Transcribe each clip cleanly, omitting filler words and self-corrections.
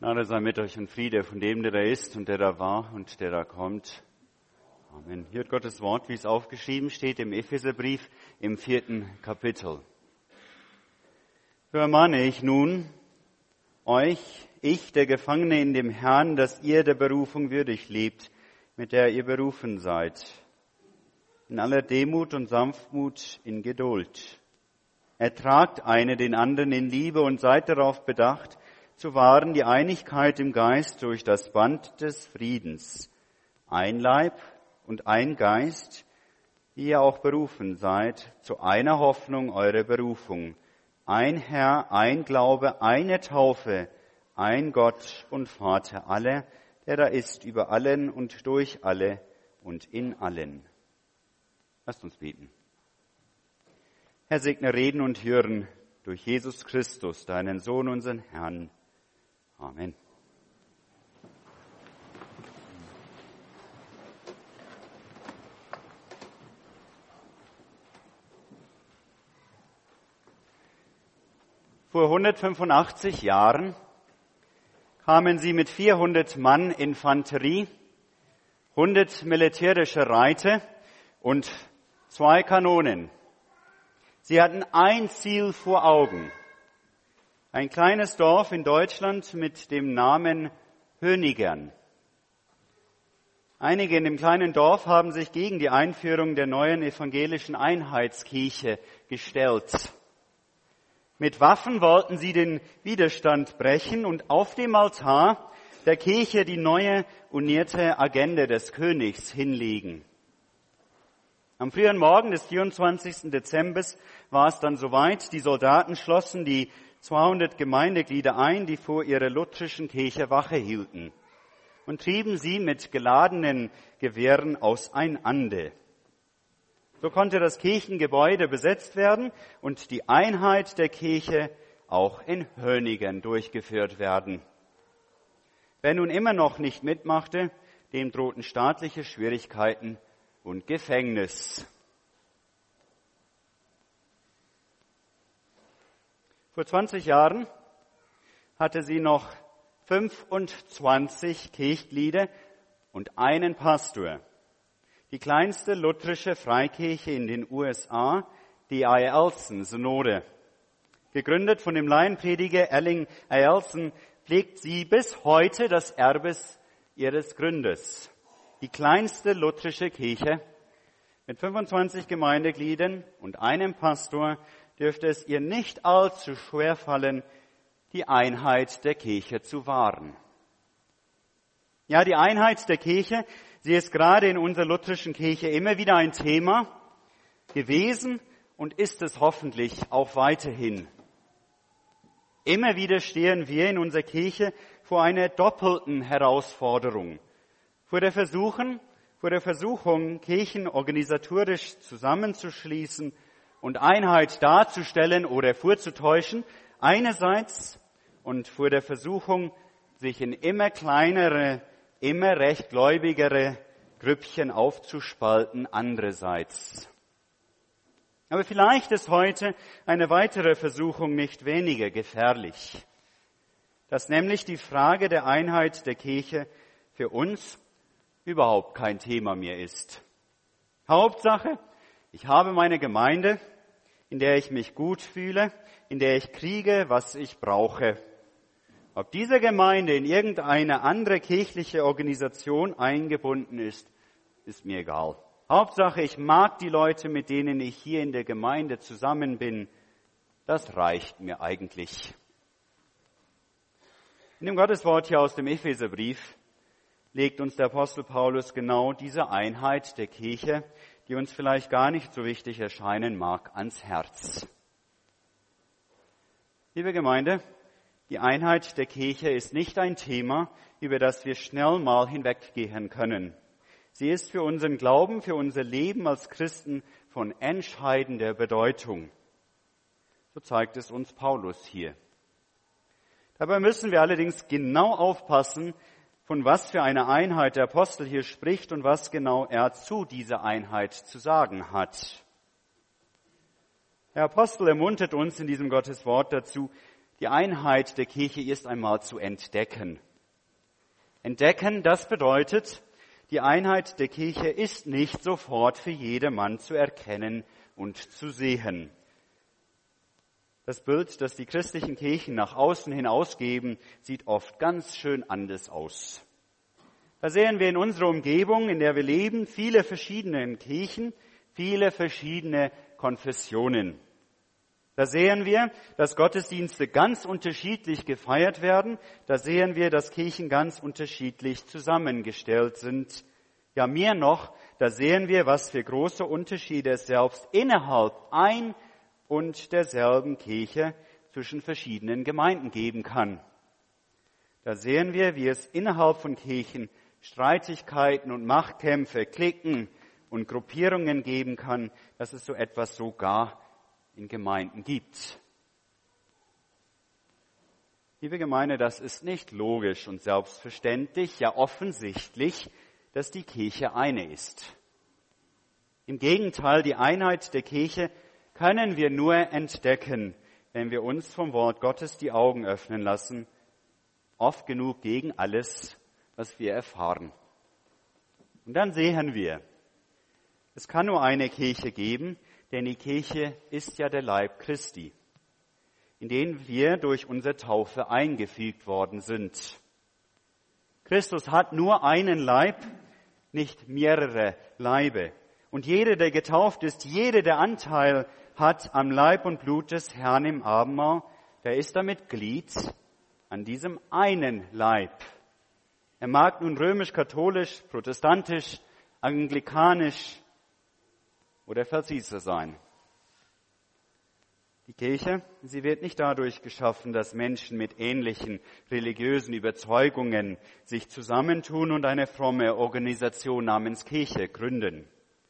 Gnade sei mit euch und Friede von dem, der da ist und der da war und der da kommt. Amen. Hört Gottes Wort, wie es aufgeschrieben steht im Epheserbrief im 4. Kapitel. So ermahne ich nun euch, ich, der Gefangene in dem Herrn, dass ihr der Berufung würdig lebt, mit der ihr berufen seid. In aller Demut und Sanftmut, in Geduld. Ertragt eine den anderen in Liebe und seid darauf bedacht, zu wahren die Einigkeit im Geist durch das Band des Friedens. Ein Leib und ein Geist, wie ihr auch berufen seid, zu einer Hoffnung eurer Berufung. Ein Herr, ein Glaube, eine Taufe, ein Gott und Vater aller, der da ist über allen und durch alle und in allen. Lasst uns beten. Herr, segne Reden und Hören durch Jesus Christus, deinen Sohn, unseren Herrn. Amen. Vor 185 Jahren kamen sie mit 400 Mann Infanterie, 100 militärische Reiter und 2 Kanonen. Sie hatten ein Ziel vor Augen. Ein kleines Dorf in Deutschland mit dem Namen Hönigern. Einige in dem kleinen Dorf haben sich gegen die Einführung der neuen evangelischen Einheitskirche gestellt. Mit Waffen wollten sie den Widerstand brechen und auf dem Altar der Kirche die neue unierte Agenda des Königs hinlegen. Am frühen Morgen des 24. Dezember war es dann soweit. Die Soldaten schlossen die 200 Gemeindeglieder ein, die vor ihrer lutherischen Kirche Wache hielten, und trieben sie mit geladenen Gewehren auseinander. So konnte das Kirchengebäude besetzt werden und die Einheit der Kirche auch in Hönigern durchgeführt werden. Wer nun immer noch nicht mitmachte, dem drohten staatliche Schwierigkeiten und Gefängnis. Vor 20 Jahren hatte sie noch 25 Kirchglieder und einen Pastor. Die kleinste lutherische Freikirche in den USA, die Eyalson-Synode. Gegründet von dem Laienprediger Erling Eyalson, pflegt sie bis heute das Erbe ihres Gründers. Die kleinste lutherische Kirche mit 25 Gemeindegliedern und einem Pastor dürfte es ihr nicht allzu schwer fallen, die Einheit der Kirche zu wahren. Ja, die Einheit der Kirche, sie ist gerade in unserer lutherischen Kirche immer wieder ein Thema gewesen und ist es hoffentlich auch weiterhin. Immer wieder stehen wir in unserer Kirche vor einer doppelten Herausforderung. Vor der Versuchung, Kirchen organisatorisch zusammenzuschließen und Einheit darzustellen oder vorzutäuschen, einerseits, und vor der Versuchung, sich in immer kleinere, immer rechtgläubigere Grüppchen aufzuspalten, andererseits. Aber vielleicht ist heute eine weitere Versuchung nicht weniger gefährlich, dass nämlich die Frage der Einheit der Kirche für uns überhaupt kein Thema mehr ist. Hauptsache, ich habe meine Gemeinde, in der ich mich gut fühle, in der ich kriege, was ich brauche. Ob diese Gemeinde in irgendeine andere kirchliche Organisation eingebunden ist, ist mir egal. Hauptsache, ich mag die Leute, mit denen ich hier in der Gemeinde zusammen bin. Das reicht mir eigentlich. In dem Gotteswort hier aus dem Epheserbrief legt uns der Apostel Paulus genau diese Einheit der Kirche, die uns vielleicht gar nicht so wichtig erscheinen mag, ans Herz. Liebe Gemeinde, die Einheit der Kirche ist nicht ein Thema, über das wir schnell mal hinweggehen können. Sie ist für unseren Glauben, für unser Leben als Christen von entscheidender Bedeutung. So zeigt es uns Paulus hier. Dabei müssen wir allerdings genau aufpassen, von was für einer Einheit der Apostel hier spricht und was genau er zu dieser Einheit zu sagen hat. Der Apostel ermuntert uns in diesem Gotteswort dazu, Die Einheit der Kirche erst einmal zu entdecken. Entdecken, das bedeutet, die Einheit der Kirche ist nicht sofort für jedermann zu erkennen und zu sehen. Das Bild, das die christlichen Kirchen nach außen hin ausgeben, sieht oft ganz schön anders aus. Da sehen wir in unserer Umgebung, in der wir leben, viele verschiedene Kirchen, viele verschiedene Konfessionen. Da sehen wir, dass Gottesdienste ganz unterschiedlich gefeiert werden. Da sehen wir, dass Kirchen ganz unterschiedlich zusammengestellt sind. Ja, mehr noch, da sehen wir, was für große Unterschiede es selbst innerhalb ein und derselben Kirche zwischen verschiedenen Gemeinden geben kann. Da sehen wir, wie es innerhalb von Kirchen Streitigkeiten und Machtkämpfe, Cliquen und Gruppierungen geben kann, dass es so etwas sogar in Gemeinden gibt. Liebe Gemeinde, das ist nicht logisch und selbstverständlich, ja offensichtlich, dass die Kirche eine ist. Im Gegenteil, die Einheit der Kirche können wir nur entdecken, wenn wir uns vom Wort Gottes die Augen öffnen lassen, oft genug gegen alles, was wir erfahren. Und dann sehen wir, es kann nur eine Kirche geben, denn die Kirche ist ja der Leib Christi, in den wir durch unsere Taufe eingefügt worden sind. Christus hat nur einen Leib, nicht mehrere Leibe. Und jeder, der getauft ist, jeder, der Anteil hat am Leib und Blut des Herrn im Abendmahl, der ist damit Glied an diesem einen Leib. Er mag nun römisch-katholisch, protestantisch, anglikanisch oder Pfälzer sein. Die Kirche, sie wird nicht dadurch geschaffen, dass Menschen mit ähnlichen religiösen Überzeugungen sich zusammentun und eine fromme Organisation namens Kirche gründen.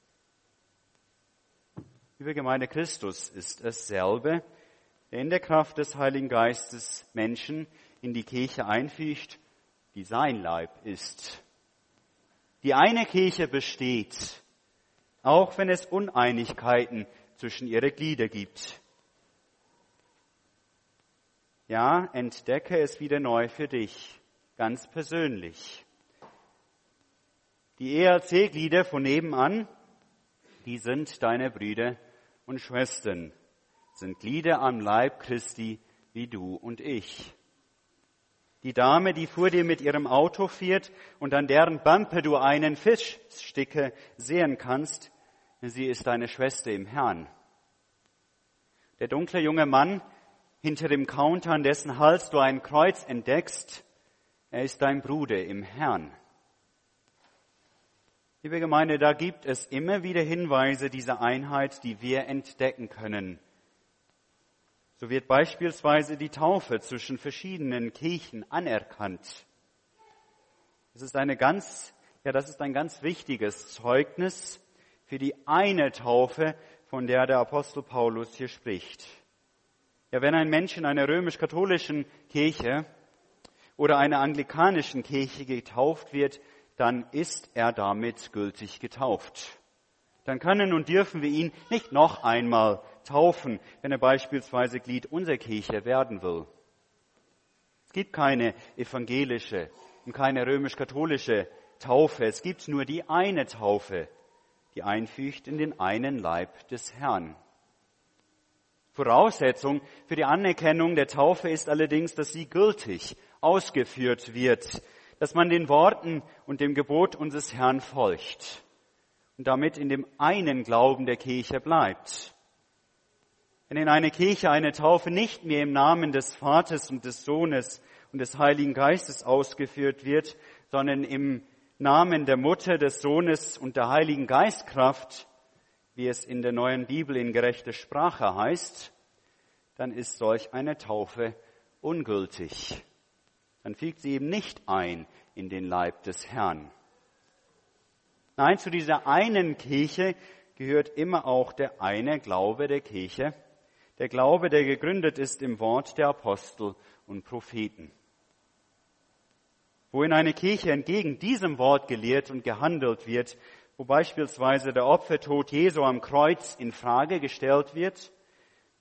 Liebe Gemeinde, Christus ist dasselbe, der in der Kraft des Heiligen Geistes Menschen in die Kirche einfügt, die sein Leib ist. Die eine Kirche besteht, auch wenn es Uneinigkeiten zwischen ihre Glieder gibt. Ja, entdecke es wieder neu für dich, ganz persönlich. Die ELC-Glieder von nebenan, die sind deine Brüder und Schwestern, sind Glieder am Leib Christi wie du und ich. Die Dame, die vor dir mit ihrem Auto fährt und an deren Bumper du einen Fischsticke sehen kannst, sie ist deine Schwester im Herrn. Der dunkle junge Mann hinter dem Counter, an dessen Hals du ein Kreuz entdeckst, er ist dein Bruder im Herrn. Liebe Gemeinde, da gibt es immer wieder Hinweise dieser Einheit, die wir entdecken können. So wird beispielsweise die Taufe zwischen verschiedenen Kirchen anerkannt. Das ist ein ganz wichtiges Zeugnis für die eine Taufe, von der der Apostel Paulus hier spricht. Ja, wenn ein Mensch in einer römisch-katholischen Kirche oder einer anglikanischen Kirche getauft wird, dann ist er damit gültig getauft. Dann können und dürfen wir ihn nicht noch einmal taufen, wenn er beispielsweise Glied unserer Kirche werden will. Es gibt keine evangelische und keine römisch-katholische Taufe. Es gibt nur die eine Taufe, die einfügt in den einen Leib des Herrn. Voraussetzung für die Anerkennung der Taufe ist allerdings, dass sie gültig ausgeführt wird, dass man den Worten und dem Gebot unseres Herrn folgt und damit in dem einen Glauben der Kirche bleibt. Wenn in einer Kirche eine Taufe nicht mehr im Namen des Vaters und des Sohnes und des Heiligen Geistes ausgeführt wird, sondern im Namen der Mutter, des Sohnes und der Heiligen Geistkraft, wie es in der neuen Bibel in gerechter Sprache heißt, dann ist solch eine Taufe ungültig. Dann fügt sie eben nicht ein in den Leib des Herrn. Nein, zu dieser einen Kirche gehört immer auch der eine Glaube der Kirche, der Glaube, der gegründet ist im Wort der Apostel und Propheten. Wo in einer Kirche entgegen diesem Wort gelehrt und gehandelt wird, wo beispielsweise der Opfertod Jesu am Kreuz in Frage gestellt wird,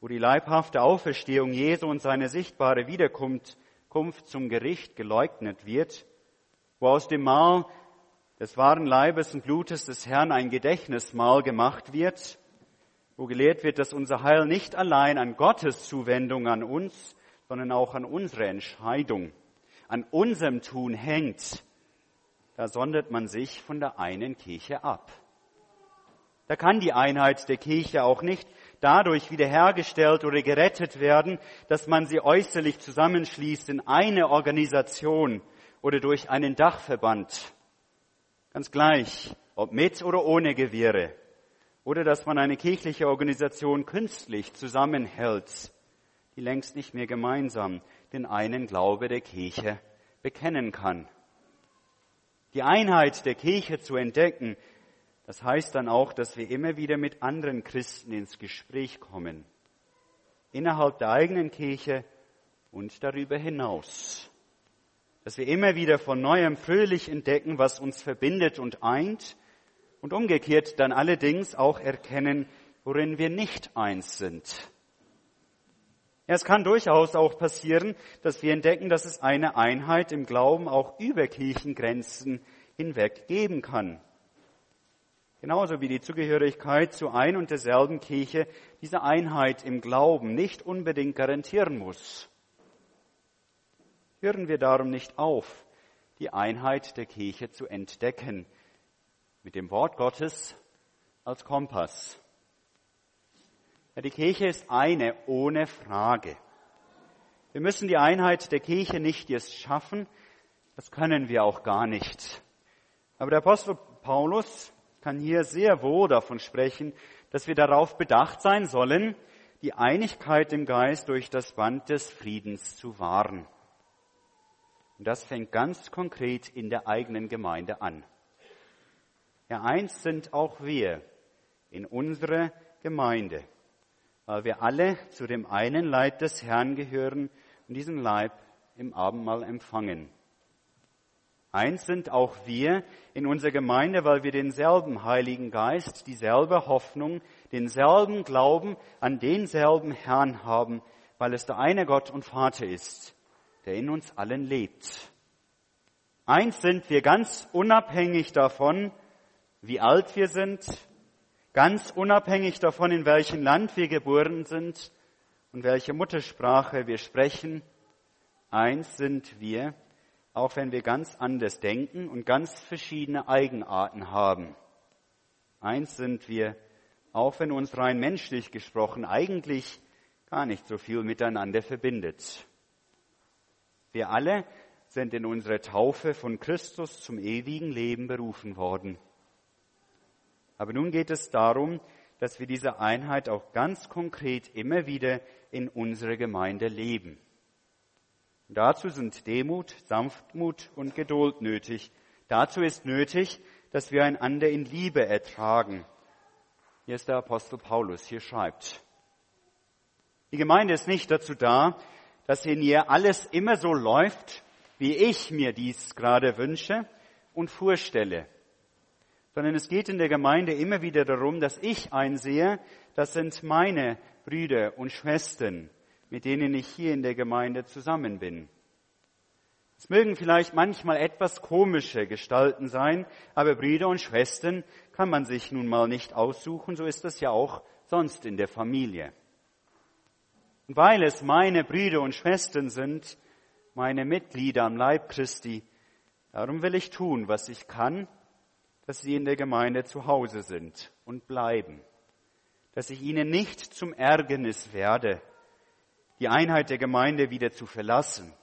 wo die leibhafte Auferstehung Jesu und seine sichtbare Wiederkunft zum Gericht geleugnet wird, wo aus dem Mahl des wahren Leibes und Blutes des Herrn ein Gedächtnismahl gemacht wird, wo gelehrt wird, dass unser Heil nicht allein an Gottes Zuwendung an uns, sondern auch an unsere Entscheidung, an unserem Tun hängt, da sondert man sich von der einen Kirche ab. Da kann die Einheit der Kirche auch nicht dadurch wiederhergestellt oder gerettet werden, dass man sie äußerlich zusammenschließt in eine Organisation oder durch einen Dachverband. Ganz gleich, ob mit oder ohne Gewehre. Oder dass man eine kirchliche Organisation künstlich zusammenhält, die längst nicht mehr gemeinsam den einen Glaube der Kirche bekennen kann. Die Einheit der Kirche zu entdecken, das heißt dann auch, dass wir immer wieder mit anderen Christen ins Gespräch kommen. Innerhalb der eigenen Kirche und darüber hinaus. Dass wir immer wieder von Neuem fröhlich entdecken, was uns verbindet und eint und umgekehrt dann allerdings auch erkennen, worin wir nicht eins sind. Ja, es kann durchaus auch passieren, dass wir entdecken, dass es eine Einheit im Glauben auch über Kirchengrenzen hinweg geben kann. Genauso wie die Zugehörigkeit zu ein und derselben Kirche diese Einheit im Glauben nicht unbedingt garantieren muss. Hören wir darum nicht auf, die Einheit der Kirche zu entdecken, mit dem Wort Gottes als Kompass. Ja, die Kirche ist eine ohne Frage. Wir müssen die Einheit der Kirche nicht erst schaffen, das können wir auch gar nicht. Aber der Apostel Paulus kann hier sehr wohl davon sprechen, dass wir darauf bedacht sein sollen, die Einigkeit im Geist durch das Band des Friedens zu wahren. Und das fängt ganz konkret in der eigenen Gemeinde an. Ja, eins sind auch wir in unserer Gemeinde, weil wir alle zu dem einen Leib des Herrn gehören und diesen Leib im Abendmahl empfangen. Eins sind auch wir in unserer Gemeinde, weil wir denselben Heiligen Geist, dieselbe Hoffnung, denselben Glauben an denselben Herrn haben, weil es der eine Gott und Vater ist, der in uns allen lebt. Eins sind wir ganz unabhängig davon, wie alt wir sind, ganz unabhängig davon, in welchem Land wir geboren sind und welche Muttersprache wir sprechen. Eins sind wir, auch wenn wir ganz anders denken und ganz verschiedene Eigenarten haben. Eins sind wir, auch wenn uns rein menschlich gesprochen eigentlich gar nicht so viel miteinander verbindet. Wir alle sind in unserer Taufe von Christus zum ewigen Leben berufen worden. Aber nun geht es darum, dass wir diese Einheit auch ganz konkret immer wieder in unserer Gemeinde leben. Und dazu sind Demut, Sanftmut und Geduld nötig. Dazu ist nötig, dass wir einander in Liebe ertragen. Hier ist der Apostel Paulus, hier schreibt: Die Gemeinde ist nicht dazu da, dass in ihr alles immer so läuft, wie ich mir dies gerade wünsche und vorstelle. Sondern es geht in der Gemeinde immer wieder darum, dass ich einsehe, das sind meine Brüder und Schwestern, mit denen ich hier in der Gemeinde zusammen bin. Es mögen vielleicht manchmal etwas komische Gestalten sein, aber Brüder und Schwestern kann man sich nun mal nicht aussuchen, so ist das ja auch sonst in der Familie. Und weil es meine Brüder und Schwestern sind, meine Mitglieder am Leib Christi, darum will ich tun, was ich kann, dass sie in der Gemeinde zu Hause sind und bleiben, dass ich ihnen nicht zum Ärgernis werde, die Einheit der Gemeinde wieder zu verlassen.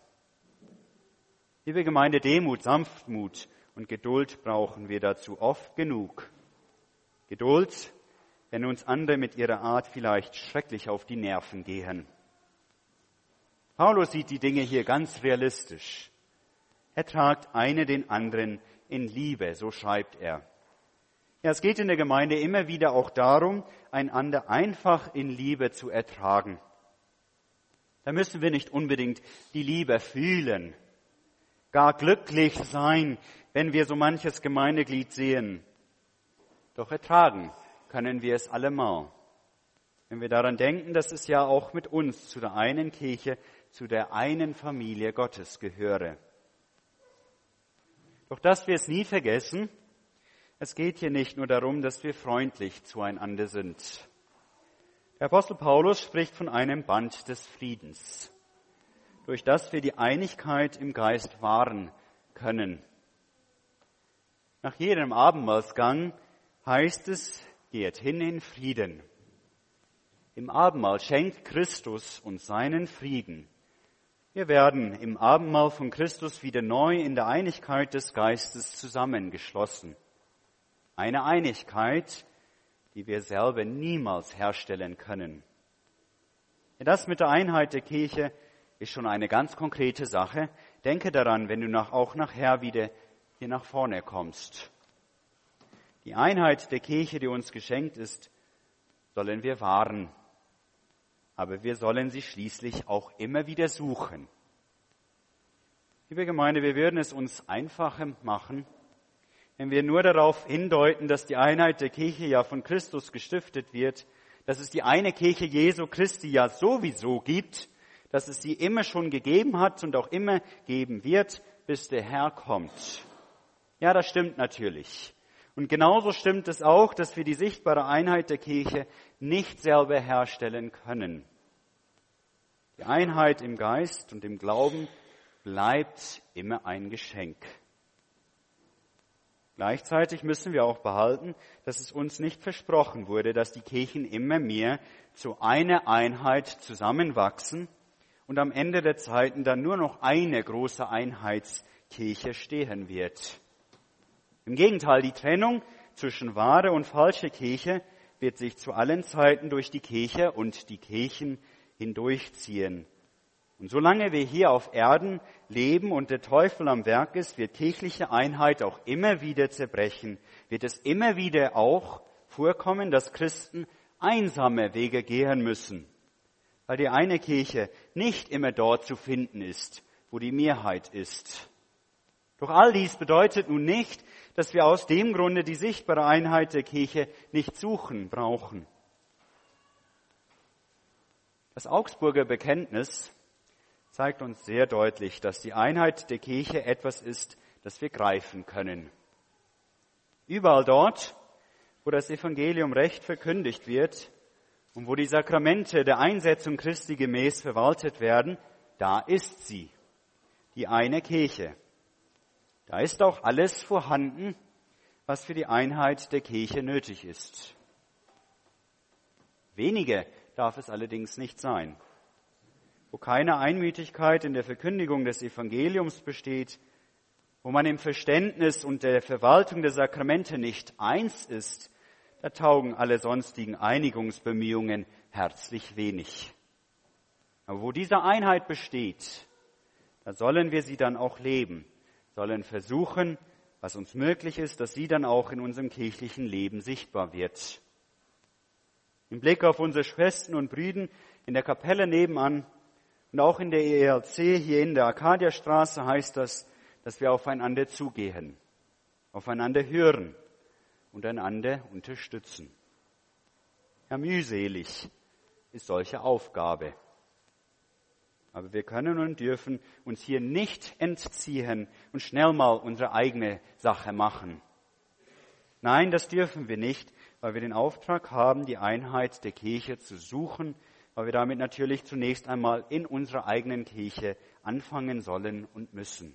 Liebe Gemeinde, Demut, Sanftmut und Geduld brauchen wir dazu oft genug. Geduld, wenn uns andere mit ihrer Art vielleicht schrecklich auf die Nerven gehen. Paulus sieht die Dinge hier ganz realistisch. Er tragt einer den anderen in Liebe, so schreibt er. Ja, es geht in der Gemeinde immer wieder auch darum, einander einfach in Liebe zu ertragen. Da müssen wir nicht unbedingt die Liebe fühlen, gar glücklich sein, wenn wir so manches Gemeindeglied sehen. Doch ertragen können wir es allemal. wenn wir daran denken, dass es ja auch mit uns zu der einen Kirche, zu der einen Familie Gottes gehöre. Doch dass wir es nie vergessen, es geht hier nicht nur darum, dass wir freundlich zueinander sind. Der Apostel Paulus spricht von einem Band des Friedens, durch das wir die Einigkeit im Geist wahren können. Nach jedem Abendmahlsgang heißt es, geht hin in Frieden. Im Abendmahl schenkt Christus uns seinen Frieden. Wir werden im Abendmahl von Christus wieder neu in der Einigkeit des Geistes zusammengeschlossen. Eine Einigkeit, die wir selber niemals herstellen können. Ja, das mit der Einheit der Kirche ist schon eine ganz konkrete Sache. Denke daran, wenn du auch nachher wieder hier nach vorne kommst. Die Einheit der Kirche, die uns geschenkt ist, sollen wir wahren. Aber wir sollen sie schließlich auch immer wieder suchen. Liebe Gemeinde, wir würden es uns einfacher machen, wenn wir nur darauf hindeuten, dass die Einheit der Kirche ja von Christus gestiftet wird, dass es die eine Kirche Jesu Christi ja sowieso gibt, dass es sie immer schon gegeben hat und auch immer geben wird, bis der Herr kommt. Ja, das stimmt natürlich. Und genauso stimmt es auch, dass wir die sichtbare Einheit der Kirche nicht selber herstellen können. Die Einheit im Geist und im Glauben bleibt immer ein Geschenk. Gleichzeitig müssen wir auch behalten, dass es uns nicht versprochen wurde, dass die Kirchen immer mehr zu einer Einheit zusammenwachsen und am Ende der Zeiten dann nur noch eine große Einheitskirche stehen wird. Im Gegenteil, die Trennung zwischen wahre und falsche Kirche wird sich zu allen Zeiten durch die Kirche und die Kirchen hindurchziehen. Und solange wir hier auf Erden leben und der Teufel am Werk ist, wird kirchliche Einheit auch immer wieder zerbrechen. Wird es immer wieder auch vorkommen, dass Christen einsame Wege gehen müssen, weil die eine Kirche nicht immer dort zu finden ist, wo die Mehrheit ist. Doch all dies bedeutet nun nicht, dass wir aus dem Grunde die sichtbare Einheit der Kirche nicht suchen brauchen. Das Augsburger Bekenntnis zeigt uns sehr deutlich, dass die Einheit der Kirche etwas ist, das wir greifen können. Überall dort, wo das Evangelium recht verkündigt wird und wo die Sakramente der Einsetzung Christi gemäß verwaltet werden, da ist sie, die eine Kirche. Da ist auch alles vorhanden, was für die Einheit der Kirche nötig ist. Weniger darf es allerdings nicht sein. Wo keine Einmütigkeit in der Verkündigung des Evangeliums besteht, wo man im Verständnis und der Verwaltung der Sakramente nicht eins ist, da taugen alle sonstigen Einigungsbemühungen herzlich wenig. Aber wo diese Einheit besteht, da sollen wir sie dann auch leben, sollen versuchen, was uns möglich ist, dass sie dann auch in unserem kirchlichen Leben sichtbar wird. Im Blick auf unsere Schwestern und Brüder in der Kapelle nebenan und auch in der ELC hier in der Arkadiastraße heißt das, dass wir aufeinander zugehen, aufeinander hören und einander unterstützen. Ja, mühselig ist solche Aufgabe. Aber wir können und dürfen uns hier nicht entziehen und schnell mal unsere eigene Sache machen. Nein, das dürfen wir nicht, weil wir den Auftrag haben, die Einheit der Kirche zu suchen, weil wir damit natürlich zunächst einmal in unserer eigenen Kirche anfangen sollen und müssen.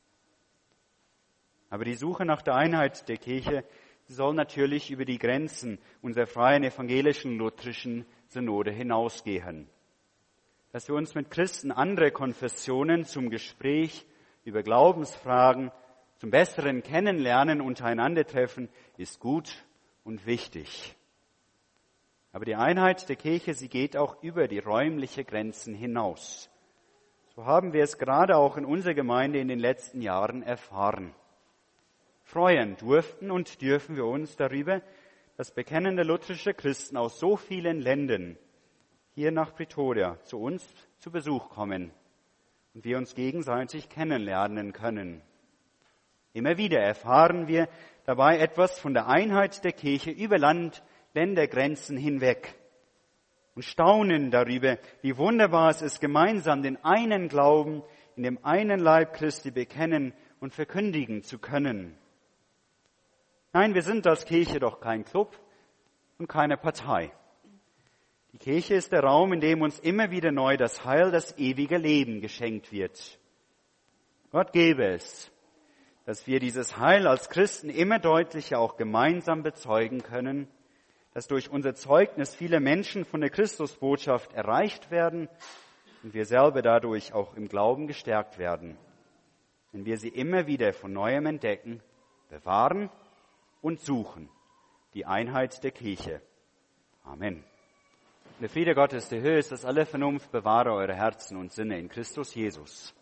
Aber die Suche nach der Einheit der Kirche soll natürlich über die Grenzen unserer freien evangelischen lutherischen Synode hinausgehen. Dass wir uns mit Christen anderer Konfessionen zum Gespräch über Glaubensfragen, zum besseren Kennenlernen untereinander treffen, ist gut und wichtig. Aber die Einheit der Kirche, sie geht auch über die räumlichen Grenzen hinaus. So haben wir es gerade auch in unserer Gemeinde in den letzten Jahren erfahren. Freuen durften und dürfen wir uns darüber, dass bekennende lutherische Christen aus so vielen Ländern hier nach Pretoria zu uns zu Besuch kommen und wir uns gegenseitig kennenlernen können. Immer wieder erfahren wir dabei etwas von der Einheit der Kirche über Ländergrenzen hinweg. und staunen darüber, wie wunderbar es ist, gemeinsam den einen Glauben in dem einen Leib Christi bekennen und verkündigen zu können. Nein, wir sind als Kirche doch kein Club und keine Partei. Die Kirche ist der Raum, in dem uns immer wieder neu das Heil, das ewige Leben geschenkt wird. Gott gebe es, dass wir dieses Heil als Christen immer deutlicher auch gemeinsam bezeugen können, dass durch unser Zeugnis viele Menschen von der Christusbotschaft erreicht werden und wir selber dadurch auch im Glauben gestärkt werden, wenn wir sie immer wieder von Neuem entdecken, bewahren und suchen, die Einheit der Kirche. Amen. Der Friede Gottes, der höher ist als alle Vernunft, bewahre eure Herzen und Sinne in Christus Jesus.